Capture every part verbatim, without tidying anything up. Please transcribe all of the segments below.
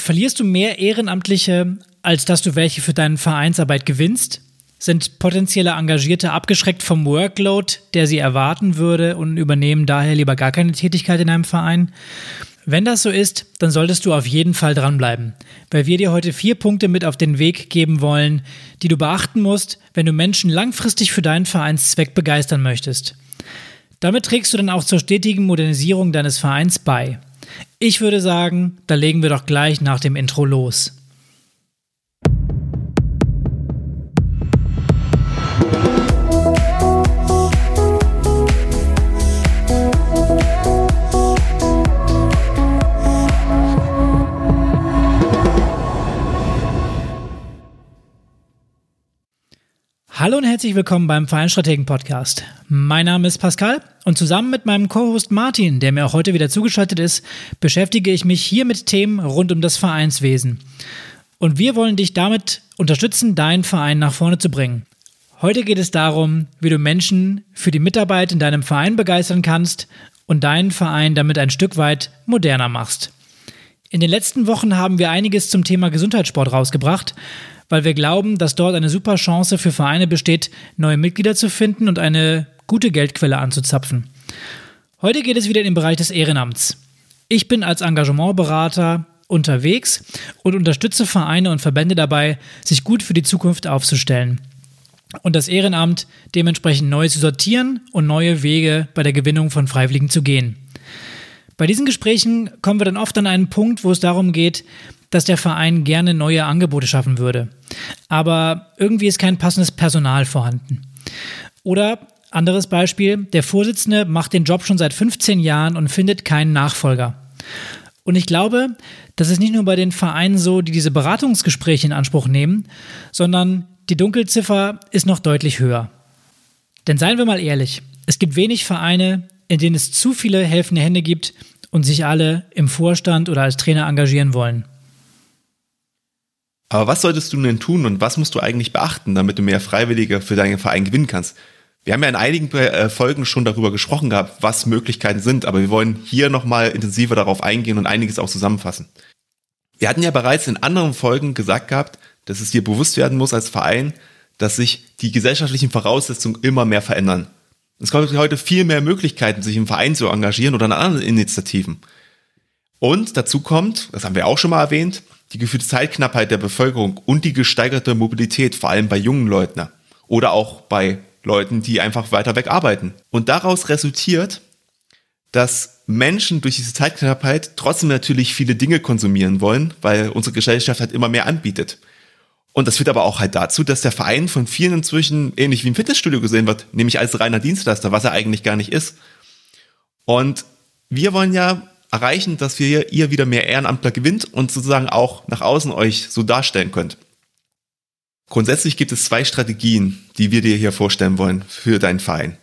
Verlierst du mehr Ehrenamtliche, als dass du welche für deine Vereinsarbeit gewinnst? Sind potenzielle Engagierte abgeschreckt vom Workload, der sie erwarten würde, und übernehmen daher lieber gar keine Tätigkeit in einem Verein? Wenn das so ist, dann solltest du auf jeden Fall dranbleiben, weil wir dir heute vier Punkte mit auf den Weg geben wollen, die du beachten musst, wenn du Menschen langfristig für deinen Vereinszweck begeistern möchtest. Damit trägst du dann auch zur stetigen Modernisierung deines Vereins bei. Ich würde sagen, da legen wir doch gleich nach dem Intro los. Hallo und herzlich willkommen beim Vereinsstrategen-Podcast. Mein Name ist Pascal und zusammen mit meinem Co-Host Martin, der mir auch heute wieder zugeschaltet ist, beschäftige ich mich hier mit Themen rund um das Vereinswesen. Und wir wollen dich damit unterstützen, deinen Verein nach vorne zu bringen. Heute geht es darum, wie du Menschen für die Mitarbeit in deinem Verein begeistern kannst und deinen Verein damit ein Stück weit moderner machst. In den letzten Wochen haben wir einiges zum Thema Gesundheitssport rausgebracht, weil wir glauben, dass dort eine super Chance für Vereine besteht, neue Mitglieder zu finden und eine gute Geldquelle anzuzapfen. Heute geht es wieder in den Bereich des Ehrenamts. Ich bin als Engagementberater unterwegs und unterstütze Vereine und Verbände dabei, sich gut für die Zukunft aufzustellen und das Ehrenamt dementsprechend neu zu sortieren und neue Wege bei der Gewinnung von Freiwilligen zu gehen. Bei diesen Gesprächen kommen wir dann oft an einen Punkt, wo es darum geht, dass der Verein gerne neue Angebote schaffen würde. Aber irgendwie ist kein passendes Personal vorhanden. Oder, anderes Beispiel, der Vorsitzende macht den Job schon seit fünfzehn Jahren und findet keinen Nachfolger. Und ich glaube, das ist nicht nur bei den Vereinen so, die diese Beratungsgespräche in Anspruch nehmen, sondern die Dunkelziffer ist noch deutlich höher. Denn seien wir mal ehrlich, es gibt wenig Vereine, in denen es zu viele helfende Hände gibt und sich alle im Vorstand oder als Trainer engagieren wollen. Aber was solltest du denn tun und was musst du eigentlich beachten, damit du mehr Freiwillige für deinen Verein gewinnen kannst? Wir haben ja in einigen Folgen schon darüber gesprochen gehabt, was Möglichkeiten sind, aber wir wollen hier nochmal intensiver darauf eingehen und einiges auch zusammenfassen. Wir hatten ja bereits in anderen Folgen gesagt gehabt, dass es dir bewusst werden muss als Verein, dass sich die gesellschaftlichen Voraussetzungen immer mehr verändern. Es gibt heute viel mehr Möglichkeiten, sich im Verein zu engagieren oder in anderen Initiativen. Und dazu kommt, das haben wir auch schon mal erwähnt, die gefühlte Zeitknappheit der Bevölkerung und die gesteigerte Mobilität, vor allem bei jungen Leuten oder auch bei Leuten, die einfach weiter weg arbeiten. Und daraus resultiert, dass Menschen durch diese Zeitknappheit trotzdem natürlich viele Dinge konsumieren wollen, weil unsere Gesellschaft halt immer mehr anbietet. Und das führt aber auch halt dazu, dass der Verein von vielen inzwischen ähnlich wie im Fitnessstudio gesehen wird, nämlich als reiner Dienstleister, was er eigentlich gar nicht ist. Und wir wollen ja erreichen, dass wir ihr wieder mehr Ehrenamtler gewinnt und sozusagen auch nach außen euch so darstellen könnt. Grundsätzlich gibt es zwei Strategien, die wir dir hier vorstellen wollen für deinen Verein.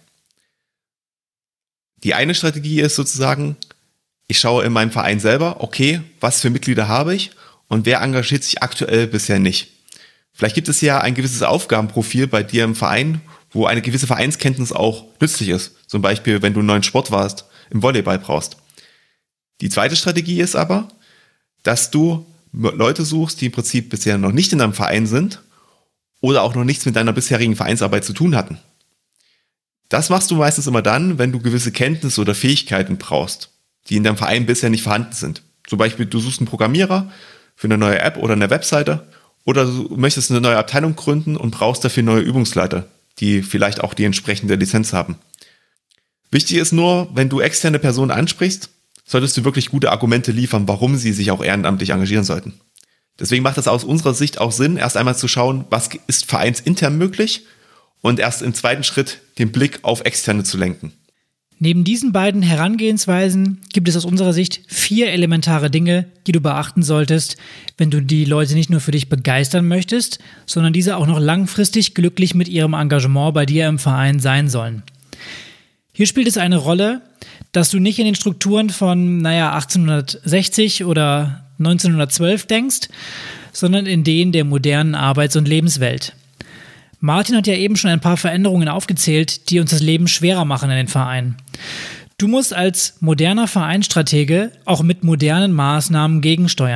Die eine Strategie ist sozusagen, ich schaue in meinem Verein selber, okay, was für Mitglieder habe ich und wer engagiert sich aktuell bisher nicht. Vielleicht gibt es ja ein gewisses Aufgabenprofil bei dir im Verein, wo eine gewisse Vereinskenntnis auch nützlich ist. Zum Beispiel, wenn du einen neuen Sport warst, im Volleyball brauchst. Die zweite Strategie ist aber, dass du Leute suchst, die im Prinzip bisher noch nicht in deinem Verein sind oder auch noch nichts mit deiner bisherigen Vereinsarbeit zu tun hatten. Das machst du meistens immer dann, wenn du gewisse Kenntnisse oder Fähigkeiten brauchst, die in deinem Verein bisher nicht vorhanden sind. Zum Beispiel, du suchst einen Programmierer für eine neue App oder eine Webseite oder du möchtest eine neue Abteilung gründen und brauchst dafür neue Übungsleiter, die vielleicht auch die entsprechende Lizenz haben. Wichtig ist nur, wenn du externe Personen ansprichst, solltest du wirklich gute Argumente liefern, warum sie sich auch ehrenamtlich engagieren sollten. Deswegen macht es aus unserer Sicht auch Sinn, erst einmal zu schauen, was ist vereinsintern möglich und erst im zweiten Schritt den Blick auf Externe zu lenken. Neben diesen beiden Herangehensweisen gibt es aus unserer Sicht vier elementare Dinge, die du beachten solltest, wenn du die Leute nicht nur für dich begeistern möchtest, sondern diese auch noch langfristig glücklich mit ihrem Engagement bei dir im Verein sein sollen. Hier spielt es eine Rolle, dass du nicht in den Strukturen von, naja, achtzehnhundertsechzig oder neunzehnhundertzwölf denkst, sondern in denen der modernen Arbeits- und Lebenswelt. Martin hat ja eben schon ein paar Veränderungen aufgezählt, die uns das Leben schwerer machen in den Vereinen. Du musst als moderner Vereinsstratege auch mit modernen Maßnahmen gegensteuern.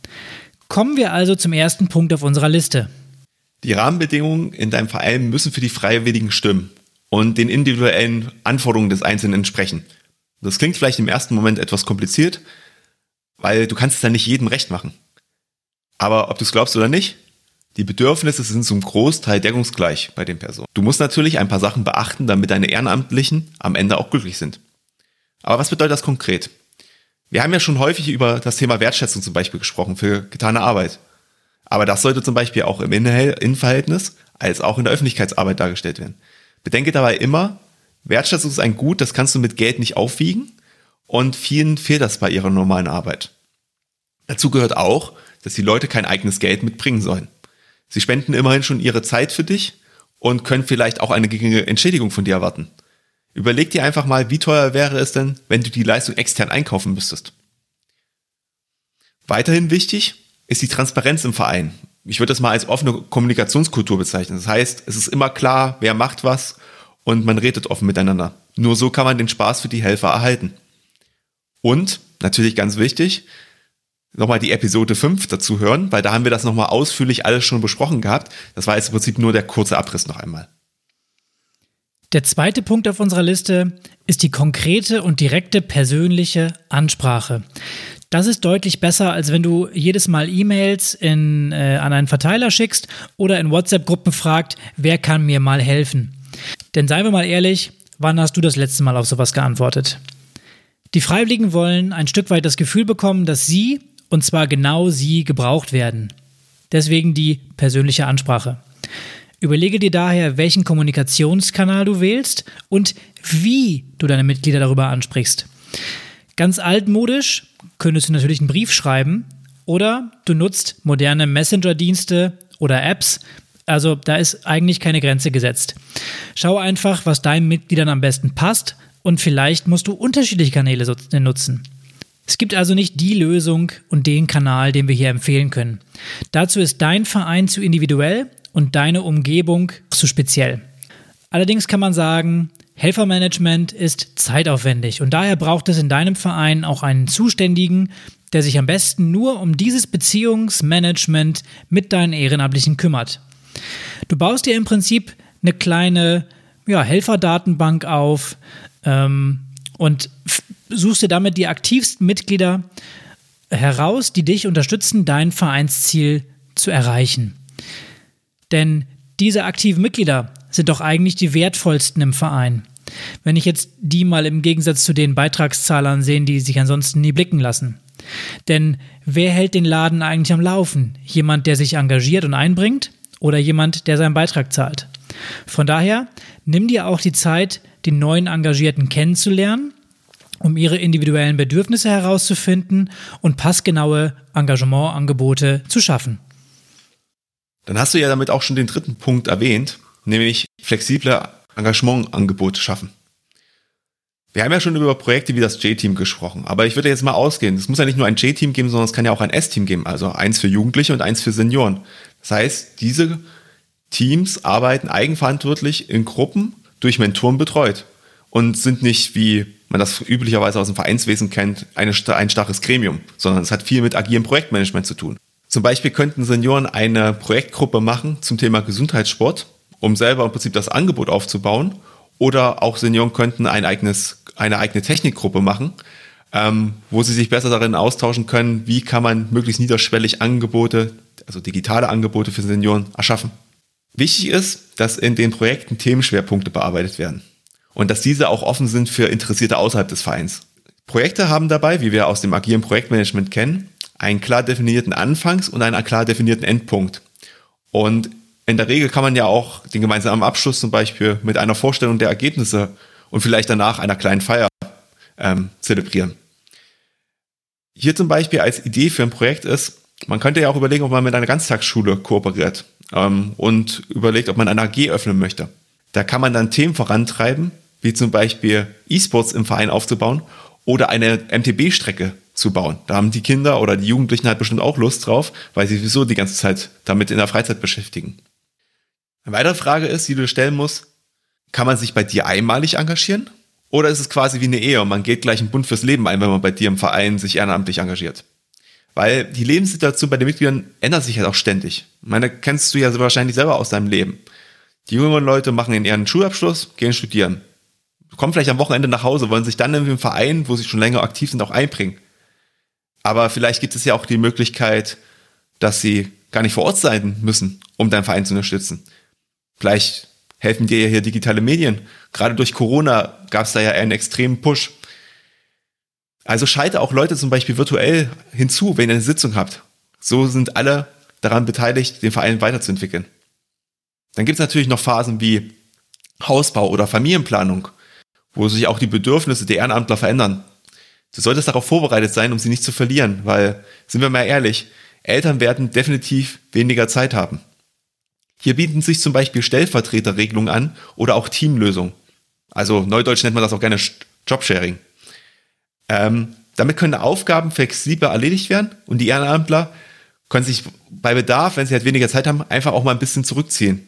Kommen wir also zum ersten Punkt auf unserer Liste. Die Rahmenbedingungen in deinem Verein müssen für die Freiwilligen stimmen und den individuellen Anforderungen des Einzelnen entsprechen. Das klingt vielleicht im ersten Moment etwas kompliziert, weil du kannst es ja nicht jedem recht machen. Aber ob du es glaubst oder nicht, die Bedürfnisse sind zum Großteil deckungsgleich bei den Personen. Du musst natürlich ein paar Sachen beachten, damit deine Ehrenamtlichen am Ende auch glücklich sind. Aber was bedeutet das konkret? Wir haben ja schon häufig über das Thema Wertschätzung zum Beispiel gesprochen für getane Arbeit. Aber das sollte zum Beispiel auch im Innenverhältnis als auch in der Öffentlichkeitsarbeit dargestellt werden. Bedenke dabei immer, Wertschätzung ist ein Gut, das kannst du mit Geld nicht aufwiegen und vielen fehlt das bei ihrer normalen Arbeit. Dazu gehört auch, dass die Leute kein eigenes Geld mitbringen sollen. Sie spenden immerhin schon ihre Zeit für dich und können vielleicht auch eine geringe Entschädigung von dir erwarten. Überleg dir einfach mal, wie teuer wäre es denn, wenn du die Leistung extern einkaufen müsstest. Weiterhin wichtig ist die Transparenz im Verein. Ich würde das mal als offene Kommunikationskultur bezeichnen. Das heißt, es ist immer klar, wer macht was und man redet offen miteinander. Nur so kann man den Spaß für die Helfer erhalten. Und, natürlich ganz wichtig, nochmal die Episode fünf dazu hören, weil da haben wir das nochmal ausführlich alles schon besprochen gehabt. Das war jetzt im Prinzip nur der kurze Abriss noch einmal. Der zweite Punkt auf unserer Liste ist die konkrete und direkte persönliche Ansprache. Das ist deutlich besser, als wenn du jedes Mal E-Mails in, äh, an einen Verteiler schickst oder in WhatsApp-Gruppen fragst, wer kann mir mal helfen. Denn seien wir mal ehrlich, wann hast du das letzte Mal auf sowas geantwortet? Die Freiwilligen wollen ein Stück weit das Gefühl bekommen, dass sie, und zwar genau sie, gebraucht werden. Deswegen die persönliche Ansprache. Überlege dir daher, welchen Kommunikationskanal du wählst und wie du deine Mitglieder darüber ansprichst. Ganz altmodisch könntest du natürlich einen Brief schreiben oder du nutzt moderne Messenger-Dienste oder Apps. Also da ist eigentlich keine Grenze gesetzt. Schau einfach, was deinen Mitgliedern am besten passt und vielleicht musst du unterschiedliche Kanäle nutzen. Es gibt also nicht die Lösung und den Kanal, den wir hier empfehlen können. Dazu ist dein Verein zu individuell und deine Umgebung zu speziell. Allerdings kann man sagen, Helfermanagement ist zeitaufwendig und daher braucht es in deinem Verein auch einen Zuständigen, der sich am besten nur um dieses Beziehungsmanagement mit deinen Ehrenamtlichen kümmert. Du baust dir im Prinzip eine kleine ja, Helferdatenbank auf ähm, und f- suchst dir damit die aktivsten Mitglieder heraus, die dich unterstützen, dein Vereinsziel zu erreichen. Denn diese aktiven Mitglieder sind doch eigentlich die wertvollsten im Verein. Wenn ich jetzt die mal im Gegensatz zu den Beitragszahlern sehe, die sich ansonsten nie blicken lassen. Denn wer hält den Laden eigentlich am Laufen? Jemand, der sich engagiert und einbringt oder jemand, der seinen Beitrag zahlt? Von daher, nimm dir auch die Zeit, die neuen Engagierten kennenzulernen, um ihre individuellen Bedürfnisse herauszufinden und passgenaue Engagementangebote zu schaffen. Dann hast du ja damit auch schon den dritten Punkt erwähnt, nämlich flexible Engagementangebote schaffen. Wir haben ja schon über Projekte wie das J-Team gesprochen, aber ich würde jetzt mal ausgehen, es muss ja nicht nur ein J-Team geben, sondern es kann ja auch ein S-Team geben, also eins für Jugendliche und eins für Senioren. Das heißt, diese Teams arbeiten eigenverantwortlich in Gruppen durch Mentoren betreut und sind nicht, wie man das üblicherweise aus dem Vereinswesen kennt, eine, ein starres Gremium, sondern es hat viel mit agilem Projektmanagement zu tun. Zum Beispiel könnten Senioren eine Projektgruppe machen zum Thema Gesundheitssport, um selber im Prinzip das Angebot aufzubauen. Oder auch Senioren könnten ein eigenes, eine eigene Technikgruppe machen, ähm, wo sie sich besser darin austauschen können, wie kann man möglichst niederschwellig Angebote, also digitale Angebote für Senioren erschaffen. Wichtig ist, dass in den Projekten Themenschwerpunkte bearbeitet werden und dass diese auch offen sind für Interessierte außerhalb des Vereins. Projekte haben dabei, wie wir aus dem agilen Projektmanagement kennen, einen klar definierten Anfangs- und einen klar definierten Endpunkt. Und in der Regel kann man ja auch den gemeinsamen Abschluss zum Beispiel mit einer Vorstellung der Ergebnisse und vielleicht danach einer kleinen Feier ähm, zelebrieren. Hier zum Beispiel als Idee für ein Projekt ist, man könnte ja auch überlegen, ob man mit einer Ganztagsschule kooperiert ähm, und überlegt, ob man eine A G öffnen möchte. Da kann man dann Themen vorantreiben, wie zum Beispiel E-Sports im Verein aufzubauen oder eine M T B-Strecke zu bauen. Da haben die Kinder oder die Jugendlichen halt bestimmt auch Lust drauf, weil sie sowieso die ganze Zeit damit in der Freizeit beschäftigen. Eine weitere Frage ist, die du stellen musst, kann man sich bei dir einmalig engagieren? Oder ist es quasi wie eine Ehe und man geht gleich einen Bund fürs Leben ein, wenn man bei dir im Verein sich ehrenamtlich engagiert? Weil die Lebenssituation bei den Mitgliedern ändert sich halt auch ständig. Ich meine, kennst du ja wahrscheinlich selber aus deinem Leben. Die jüngeren Leute machen in ihren Schulabschluss, gehen studieren. Kommen vielleicht am Wochenende nach Hause, wollen sich dann in einem Verein, wo sie schon länger aktiv sind, auch einbringen. Aber vielleicht gibt es ja auch die Möglichkeit, dass sie gar nicht vor Ort sein müssen, um deinen Verein zu unterstützen. Vielleicht helfen dir ja hier digitale Medien. Gerade durch Corona gab es da ja einen extremen Push. Also schalte auch Leute zum Beispiel virtuell hinzu, wenn ihr eine Sitzung habt. So sind alle daran beteiligt, den Verein weiterzuentwickeln. Dann gibt es natürlich noch Phasen wie Hausbau oder Familienplanung, wo sich auch die Bedürfnisse der Ehrenamtler verändern. Du solltest darauf vorbereitet sein, um sie nicht zu verlieren, weil, sind wir mal ehrlich, Eltern werden definitiv weniger Zeit haben. Hier bieten sich zum Beispiel Stellvertreterregelungen an oder auch Teamlösungen. Also neudeutsch nennt man das auch gerne Jobsharing. Ähm, damit können Aufgaben flexibler erledigt werden und die Ehrenamtler können sich bei Bedarf, wenn sie halt weniger Zeit haben, einfach auch mal ein bisschen zurückziehen.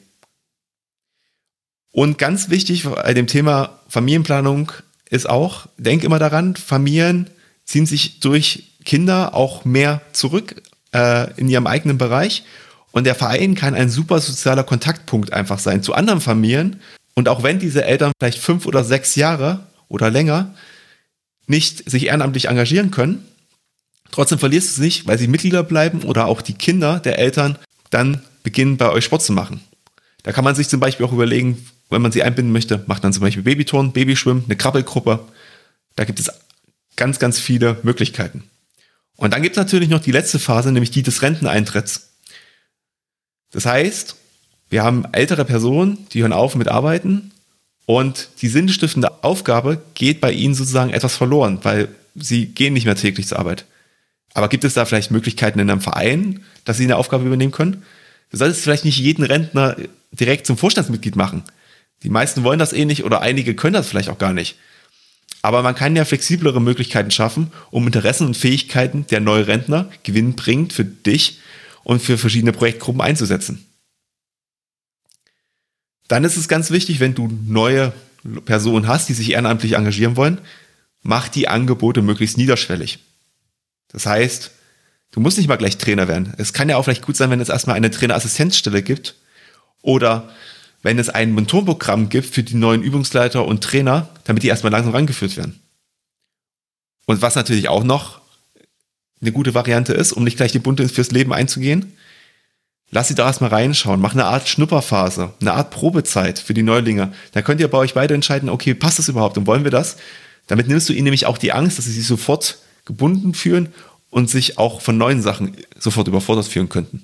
Und ganz wichtig bei dem Thema Familienplanung ist auch, denk immer daran, Familien ziehen sich durch Kinder auch mehr zurück äh, in ihrem eigenen Bereich und der Verein kann ein super sozialer Kontaktpunkt einfach sein zu anderen Familien und auch wenn diese Eltern vielleicht fünf oder sechs Jahre oder länger nicht sich ehrenamtlich engagieren können, trotzdem verlierst du es nicht, weil sie Mitglieder bleiben oder auch die Kinder der Eltern dann beginnen bei euch Sport zu machen. Da kann man sich zum Beispiel auch überlegen, wenn man sie einbinden möchte, macht man zum Beispiel Babyturnen, Babyschwimmen, eine Krabbelgruppe. Da gibt es ganz, ganz viele Möglichkeiten. Und dann gibt es natürlich noch die letzte Phase, nämlich die des Renteneintritts. Das heißt, wir haben ältere Personen, die hören auf mit Arbeiten und die sinnstiftende Aufgabe geht bei ihnen sozusagen etwas verloren, weil sie gehen nicht mehr täglich zur Arbeit. Aber gibt es da vielleicht Möglichkeiten in einem Verein, dass sie eine Aufgabe übernehmen können? Du solltest vielleicht nicht jeden Rentner direkt zum Vorstandsmitglied machen. Die meisten wollen das eh nicht oder einige können das vielleicht auch gar nicht. Aber man kann ja flexiblere Möglichkeiten schaffen, um Interessen und Fähigkeiten der Neurentner gewinnbringend für dich und für verschiedene Projektgruppen einzusetzen. Dann ist es ganz wichtig, wenn du neue Personen hast, die sich ehrenamtlich engagieren wollen, mach die Angebote möglichst niederschwellig. Das heißt, du musst nicht mal gleich Trainer werden. Es kann ja auch vielleicht gut sein, wenn es erstmal eine Trainerassistenzstelle gibt oder wenn es ein Mentorenprogramm gibt für die neuen Übungsleiter und Trainer, damit die erstmal langsam rangeführt werden. Und was natürlich auch noch eine gute Variante ist, um nicht gleich die Bunte fürs Leben einzugehen, lass sie da erstmal reinschauen, mach eine Art Schnupperphase, eine Art Probezeit für die Neulinge. Da könnt ihr bei euch beide entscheiden, okay, passt das überhaupt und wollen wir das? Damit nimmst du ihnen nämlich auch die Angst, dass sie sich sofort gebunden fühlen und sich auch von neuen Sachen sofort überfordert fühlen könnten.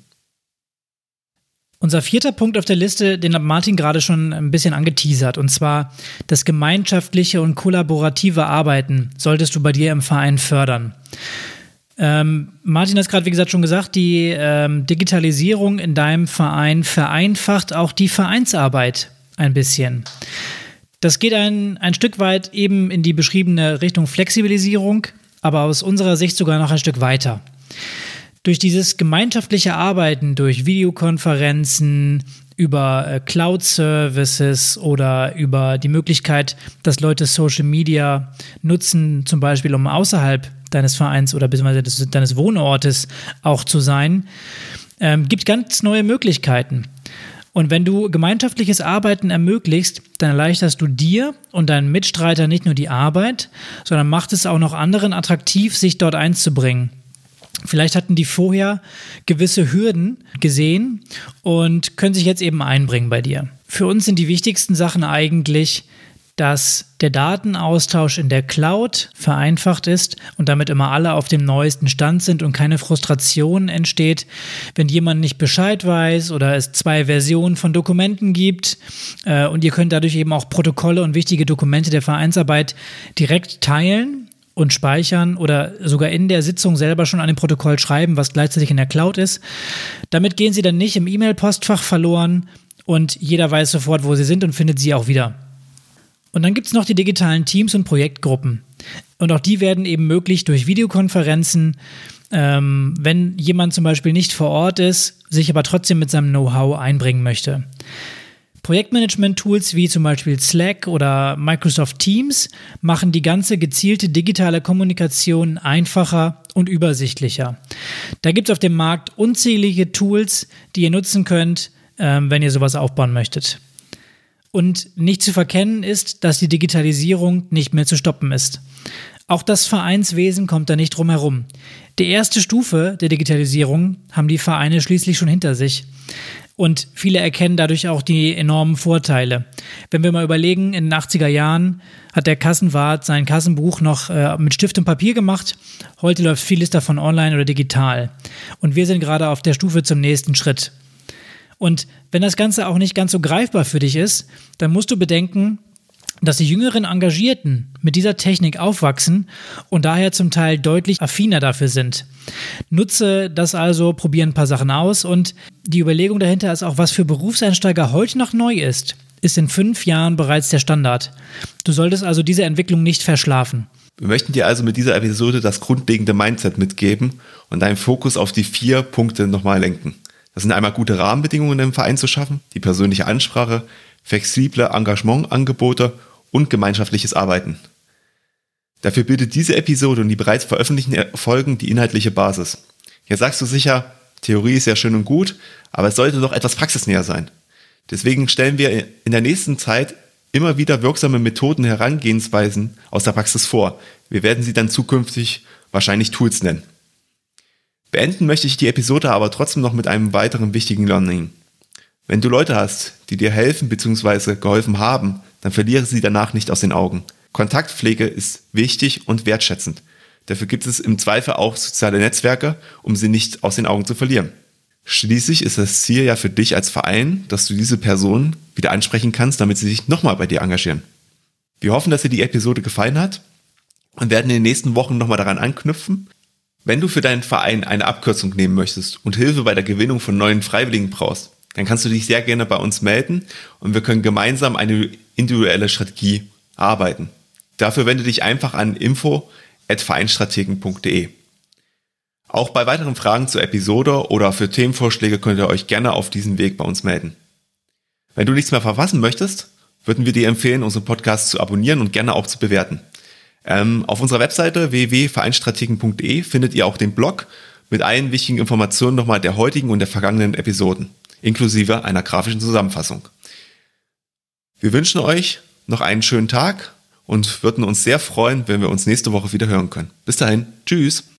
Unser vierter Punkt auf der Liste, den hat Martin gerade schon ein bisschen angeteasert, und zwar das gemeinschaftliche und kollaborative Arbeiten solltest du bei dir im Verein fördern. Ähm, Martin hat es gerade, wie gesagt, schon gesagt, die ähm, Digitalisierung in deinem Verein vereinfacht auch die Vereinsarbeit ein bisschen. Das geht ein, ein Stück weit eben in die beschriebene Richtung Flexibilisierung, aber aus unserer Sicht sogar noch ein Stück weiter. Durch dieses gemeinschaftliche Arbeiten, durch Videokonferenzen, über äh, Cloud-Services oder über die Möglichkeit, dass Leute Social Media nutzen, zum Beispiel um außerhalb deines Vereins oder beziehungsweise deines Wohnortes auch zu sein, ähm, gibt ganz neue Möglichkeiten. Und wenn du gemeinschaftliches Arbeiten ermöglichst, dann erleichterst du dir und deinen Mitstreitern nicht nur die Arbeit, sondern macht es auch noch anderen attraktiv, sich dort einzubringen. Vielleicht hatten die vorher gewisse Hürden gesehen und können sich jetzt eben einbringen bei dir. Für uns sind die wichtigsten Sachen eigentlich, dass der Datenaustausch in der Cloud vereinfacht ist und damit immer alle auf dem neuesten Stand sind und keine Frustration entsteht, wenn jemand nicht Bescheid weiß oder es zwei Versionen von Dokumenten gibt, äh, und ihr könnt dadurch eben auch Protokolle und wichtige Dokumente der Vereinsarbeit direkt teilen und speichern oder sogar in der Sitzung selber schon an dem Protokoll schreiben, was gleichzeitig in der Cloud ist. Damit gehen sie dann nicht im E-Mail-Postfach verloren und jeder weiß sofort, wo sie sind und findet sie auch wieder. Und dann gibt es noch die digitalen Teams und Projektgruppen. Und auch die werden eben möglich durch Videokonferenzen, ähm, wenn jemand zum Beispiel nicht vor Ort ist, sich aber trotzdem mit seinem Know-how einbringen möchte. Projektmanagement-Tools wie zum Beispiel Slack oder Microsoft Teams machen die ganze gezielte digitale Kommunikation einfacher und übersichtlicher. Da gibt es auf dem Markt unzählige Tools, die ihr nutzen könnt, ähm, wenn ihr sowas aufbauen möchtet. Und nicht zu verkennen ist, dass die Digitalisierung nicht mehr zu stoppen ist. Auch das Vereinswesen kommt da nicht drum herum. Die erste Stufe der Digitalisierung haben die Vereine schließlich schon hinter sich. Und viele erkennen dadurch auch die enormen Vorteile. Wenn wir mal überlegen, in den achtziger Jahren hat der Kassenwart sein Kassenbuch noch äh, mit Stift und Papier gemacht. Heute läuft vieles davon online oder digital. Und wir sind gerade auf der Stufe zum nächsten Schritt. Und wenn das Ganze auch nicht ganz so greifbar für dich ist, dann musst du bedenken, dass die jüngeren Engagierten mit dieser Technik aufwachsen und daher zum Teil deutlich affiner dafür sind. Nutze das also, probiere ein paar Sachen aus und die Überlegung dahinter ist auch, was für Berufseinsteiger heute noch neu ist, ist in fünf Jahren bereits der Standard. Du solltest also diese Entwicklung nicht verschlafen. Wir möchten dir also mit dieser Episode das grundlegende Mindset mitgeben und deinen Fokus auf die vier Punkte nochmal lenken. Das sind einmal gute Rahmenbedingungen im Verein zu schaffen, die persönliche Ansprache, flexible Engagementangebote und gemeinschaftliches Arbeiten. Dafür bildet diese Episode und die bereits veröffentlichten Folgen die inhaltliche Basis. Jetzt sagst du sicher, Theorie ist ja schön und gut, aber es sollte doch etwas praxisnäher sein. Deswegen stellen wir in der nächsten Zeit immer wieder wirksame Methoden, Herangehensweisen aus der Praxis vor. Wir werden sie dann zukünftig wahrscheinlich Tools nennen. Beenden möchte ich die Episode aber trotzdem noch mit einem weiteren wichtigen Learning. Wenn du Leute hast, die dir helfen bzw. geholfen haben, dann verliere sie danach nicht aus den Augen. Kontaktpflege ist wichtig und wertschätzend. Dafür gibt es im Zweifel auch soziale Netzwerke, um sie nicht aus den Augen zu verlieren. Schließlich ist das Ziel ja für dich als Verein, dass du diese Person wieder ansprechen kannst, damit sie sich nochmal bei dir engagieren. Wir hoffen, dass dir die Episode gefallen hat und werden in den nächsten Wochen nochmal daran anknüpfen. Wenn du für deinen Verein eine Abkürzung nehmen möchtest und Hilfe bei der Gewinnung von neuen Freiwilligen brauchst, dann kannst du dich sehr gerne bei uns melden und wir können gemeinsam eine individuelle Strategie erarbeiten. Dafür wende dich einfach an info at vereinsstrategen punkt de. Auch bei weiteren Fragen zur Episode oder für Themenvorschläge könnt ihr euch gerne auf diesem Weg bei uns melden. Wenn du nichts mehr verpassen möchtest, würden wir dir empfehlen, unseren Podcast zu abonnieren und gerne auch zu bewerten. Ähm, auf unserer Webseite w w w punkt vereinsstrategen punkt de findet ihr auch den Blog mit allen wichtigen Informationen nochmal der heutigen und der vergangenen Episoden, inklusive einer grafischen Zusammenfassung. Wir wünschen euch noch einen schönen Tag und würden uns sehr freuen, wenn wir uns nächste Woche wieder hören können. Bis dahin, tschüss!